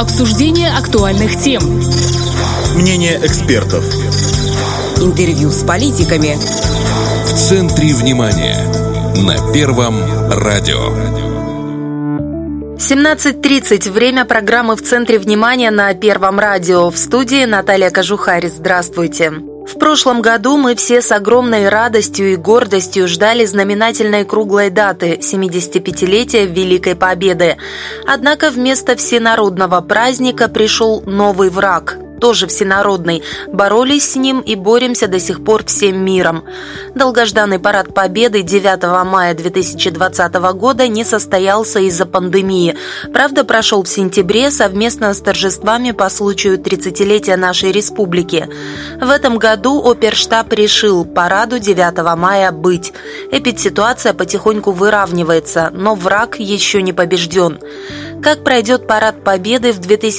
Обсуждение актуальных тем. Мнение экспертов. Интервью с политиками. В центре внимания. На Первом радио. 17:30. Время программы «В центре внимания» на Первом радио. В студии Наталья Кожухарь. Здравствуйте. В прошлом году мы все с огромной радостью и гордостью ждали знаменательной круглой даты – 75-летия Великой Победы. Однако вместо всенародного праздника пришел новый враг – тоже всенародный. Боролись с ним и боремся до сих пор всем миром. Долгожданный парад Победы 9 мая 2020 года не состоялся из-за пандемии. Правда, прошел в сентябре совместно с торжествами по случаю 30-летия нашей республики. В этом году Оперштаб решил параду 9 мая быть. Эпидситуация потихоньку выравнивается, но враг еще не побежден. Как пройдет парад Победы в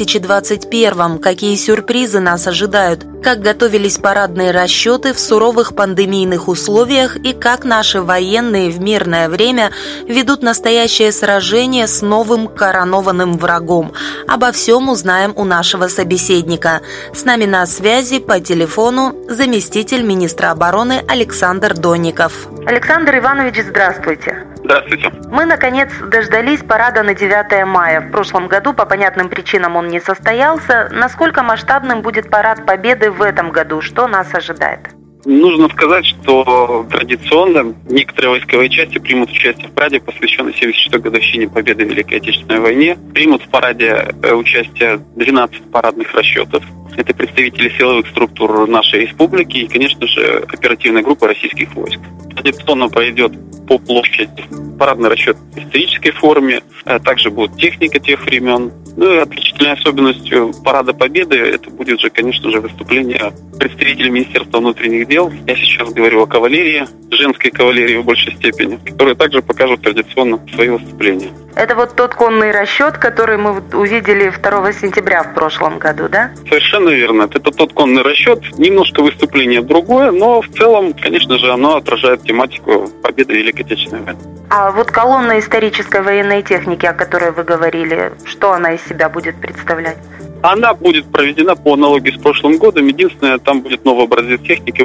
2021-м? Какие сюрпризы нас ожидают? Как готовились парадные расчеты в суровых пандемийных условиях и как наши военные в мирное время ведут настоящее сражение с новым коронованным врагом? Обо всем узнаем у нашего собеседника. С нами на связи по телефону заместитель министра обороны Александр Донников. Александр Иванович, здравствуйте. Здравствуйте. Мы, наконец, дождались парада на 9 мая. В прошлом году по понятным причинам он не состоялся. Насколько масштабным будет парад Победы в этом году? Что нас ожидает? Нужно сказать, что традиционно некоторые войсковые части примут участие в параде, посвященной 76-й годовщине Победы в Великой Отечественной войне. Примут в параде участие 12 парадных расчетов. Это представители силовых структур нашей республики и, конечно же, оперативная группа российских войск. Традиционно пройдет по площади парадный расчет в исторической форме, также будет техника тех времен. Ну и отличительной особенностью парада Победы это будет же, конечно же, выступление представителей Министерства внутренних дел. Я сейчас говорю о кавалерии, женской кавалерии в большей степени, которые также покажут традиционно свои выступления. Это вот тот конный расчет, который мы увидели 2 сентября в прошлом году, да? Совершенно верно. Это тот конный расчет. Немножко выступление другое, но в целом, конечно же, оно отражает тематику Победы в Великой Отечественной войне. А вот колонна исторической военной техники, о которой вы говорили, что она из себя будет представлять? Она будет проведена по аналогии с прошлым годом. Единственное, там будет новый образец техники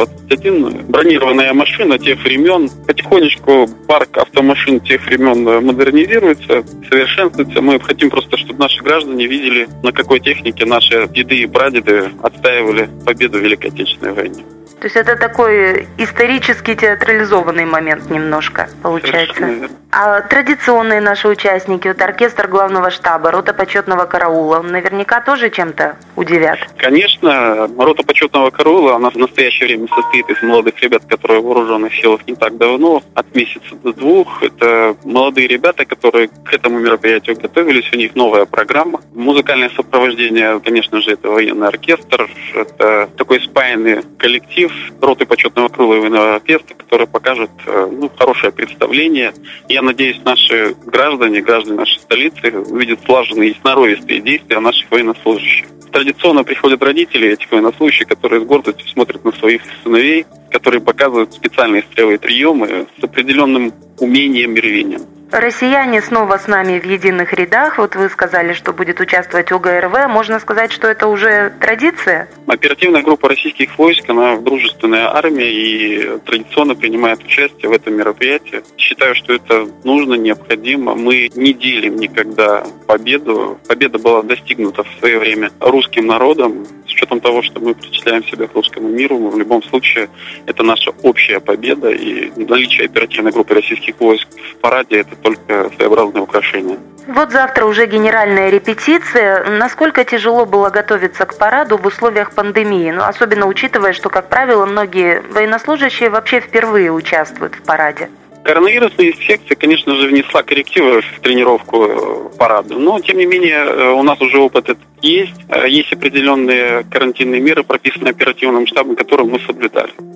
БМ-21. Бронированная машина тех времен. Потихонечку парк автомашин тех времен модернизируется, совершенствуется. Мы хотим просто, чтобы наши граждане видели, на какой технике наши деды и прадеды отстаивали победу в Великой Отечественной войне. То есть это такой исторически театрализованный момент немножко получается. А традиционные наши участники, вот оркестр главного штаба, рота почетного караула, наверняка тоже чем-то удивят? Конечно, рота почетного караула, она в настоящее время состоит из молодых ребят, которые в вооруженных силах не так давно, от месяца до 2. Это молодые ребята, которые к этому мероприятию готовились, у них новая программа. Музыкальное сопровождение, конечно же, это военный оркестр, это такой спаянный коллектив роты почетного караула и военного оркестра, который покажет хорошее представление. Я надеюсь, наши граждане нашей столицы увидят слаженные и сноровистые действия наших военнослужащих. Традиционно приходят родители этих военнослужащих, которые с гордостью смотрят на своих сыновей, которые показывают специальные строевые приемы с определенным умением и рвением. Россияне снова с нами в единых рядах. Вот вы сказали, что будет участвовать ОГРВ. Можно сказать, что это уже традиция? Оперативная группа российских войск, она дружественная армия и традиционно принимает участие в этом мероприятии. Считаю, что это нужно, необходимо. Мы не делим никогда победу. Победа была достигнута в свое время русским народом. С учетом того, что мы причисляем себя к русскому миру, в любом случае это наша общая победа. И наличие оперативной группы российских войск в параде – это только своеобразное украшение. Вот завтра уже генеральная репетиция. Насколько тяжело было готовиться к параду в условиях пандемии? Особенно учитывая, что, как правило, многие военнослужащие вообще впервые участвуют в параде. Коронавирусная инфекция, конечно же, внесла коррективы в тренировку парада. Но, тем не менее, у нас уже опыт этот есть. Есть определенные карантинные меры, прописанные оперативным штабом, которые мы соблюдали.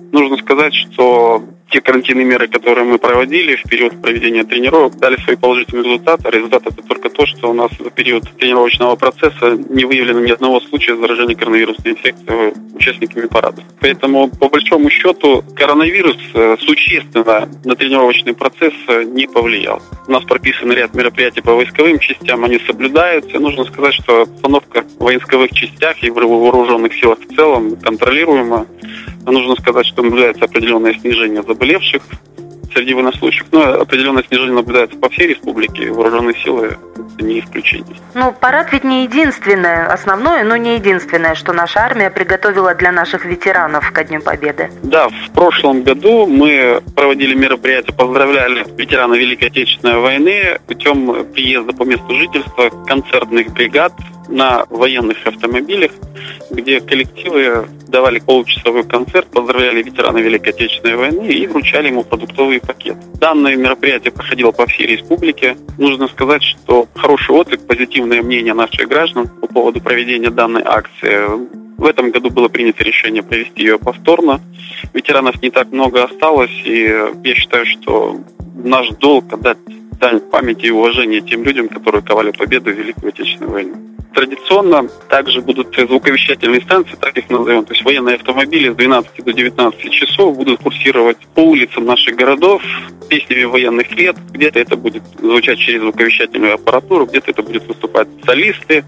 Нужно сказать, что те карантинные меры, которые мы проводили в период проведения тренировок, дали свои положительные результаты. Результат это только то, что у нас за период тренировочного процесса не выявлено ни одного случая заражения коронавирусной инфекцией участниками парада. Поэтому, по большому счету, коронавирус существенно на тренировочный процесс не повлиял. У нас прописан ряд мероприятий по войсковым частям, они соблюдаются. Нужно сказать, что обстановка в войсковых частях и в вооруженных силах в целом контролируема. Нужно сказать, что наблюдается определенное снижение заболевших среди военнослужащих, но определенное снижение наблюдается по всей республике, вооруженные силы это не исключение. Парад ведь не единственное, основное, но не единственное, что наша армия приготовила для наших ветеранов ко Дню Победы. Да, в прошлом году мы проводили мероприятия, поздравляли ветерана Великой Отечественной войны путем приезда по месту жительства концертных бригад на военных автомобилях, где коллективы давали получасовой концерт, поздравляли ветерана Великой Отечественной войны и вручали ему продуктовый пакет. Данное мероприятие проходило по всей республике. Нужно сказать, что хороший отклик, позитивное мнение наших граждан по поводу проведения данной акции. В этом году было принято решение провести ее повторно. Ветеранов не так много осталось, и я считаю, что наш долг отдать дань памяти и уважения тем людям, которые ковали победу в Великую Отечественную войну. Традиционно также будут звуковещательные станции, так их назовем, то есть военные автомобили с 12 до 19 часов будут курсировать по улицам наших городов песнями военных лет. Где-то это будет звучать через звуковещательную аппаратуру, где-то это будет выступать солисты.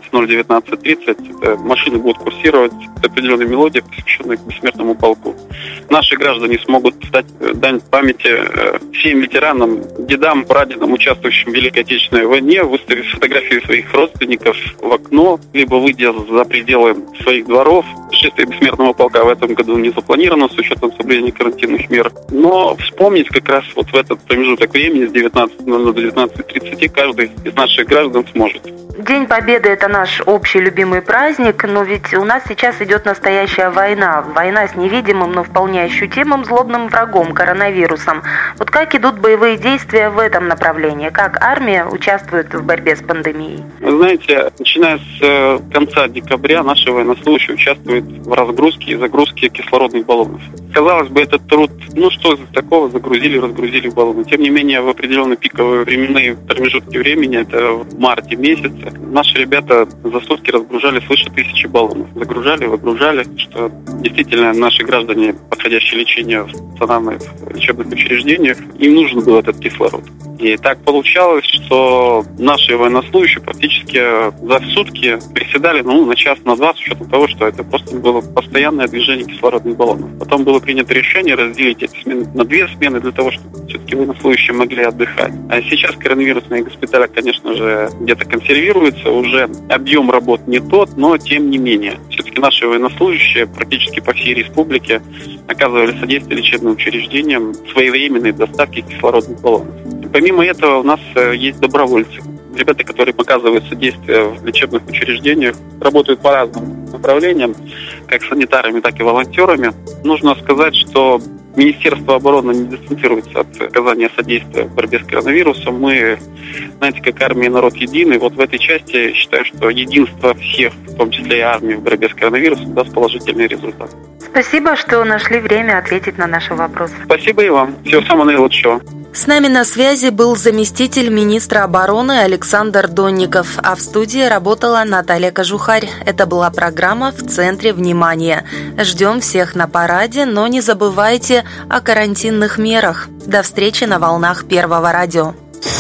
19:00-19:30 машины будут курсировать с определенной мелодией, посвященной бессмертному полку. Наши граждане смогут дать дань памяти всем ветеранам, дедам, прадедам, участвующим в Великой Отечественной войне, выставив фотографии своих родственников в окно, либо выйдя за пределы своих дворов. Шествие бессмертного полка в этом году не запланировано с учетом соблюдения карантинных мер. Но вспомнить как раз вот в этот промежуток времени с 19:00 до 19:30 каждый из наших граждан сможет. День Победы – это наш общий любимый праздник, но ведь у нас сейчас идет настоящая война. Война с невидимым, но вполне ощутимым злобным врагом – коронавирусом. Вот как идут боевые действия в этом направлении? Как армия участвует в борьбе с пандемией? Вы знаете, начиная с конца декабря наши военнослужащие участвуют в разгрузке и загрузке кислородных баллонов. Казалось бы, этот труд, что такого, загрузили, разгрузили баллоны. Тем не менее, в определенные пиковые временные промежутки времени, это в марте месяце, наши ребята за сутки разгружали свыше 1000 баллонов. Загружали, выгружали, что действительно наши граждане, проходящие лечение в стационарных лечебных учреждениях, им нужен был этот кислород. И так получалось, что наши военнослужащие практически за сутки приседали на час, на два, с учетом того, что это просто было постоянное движение кислородных баллонов. Потом было принято решение разделить эти смены на 2 смены для того, чтобы все-таки военнослужащие могли отдыхать. А сейчас коронавирусные госпиталя, конечно же, где-то консервируются, уже объем работ не тот, но тем не менее. Все-таки наши военнослужащие практически по всей республике оказывали содействие лечебным учреждениям своевременной доставки кислородных баллонов. Помимо этого у нас есть добровольцы. Ребята, которые оказывают содействие в лечебных учреждениях, работают по разным направлениям, как санитарами, так и волонтерами. Нужно сказать, что Министерство обороны не дистанцируется от оказания содействия в борьбе с коронавирусом. Мы, знаете, как армия и народ единый. Вот в этой части я считаю, что единство всех, в том числе и армии, в борьбе с коронавирусом, даст положительный результат. Спасибо, что нашли время ответить на наши вопросы. Спасибо и вам. Всего самого наилучшего. С нами на связи был заместитель министра обороны Александр Донников, а в студии работала Наталья Кожухарь. Это была программа «В центре внимания». Ждем всех на параде, но не забывайте о карантинных мерах. До встречи на волнах Первого радио.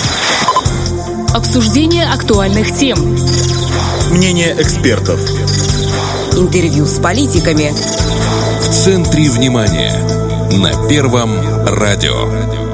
Обсуждение актуальных тем. Мнение экспертов. Интервью с политиками. В центре внимания. На Первом радио.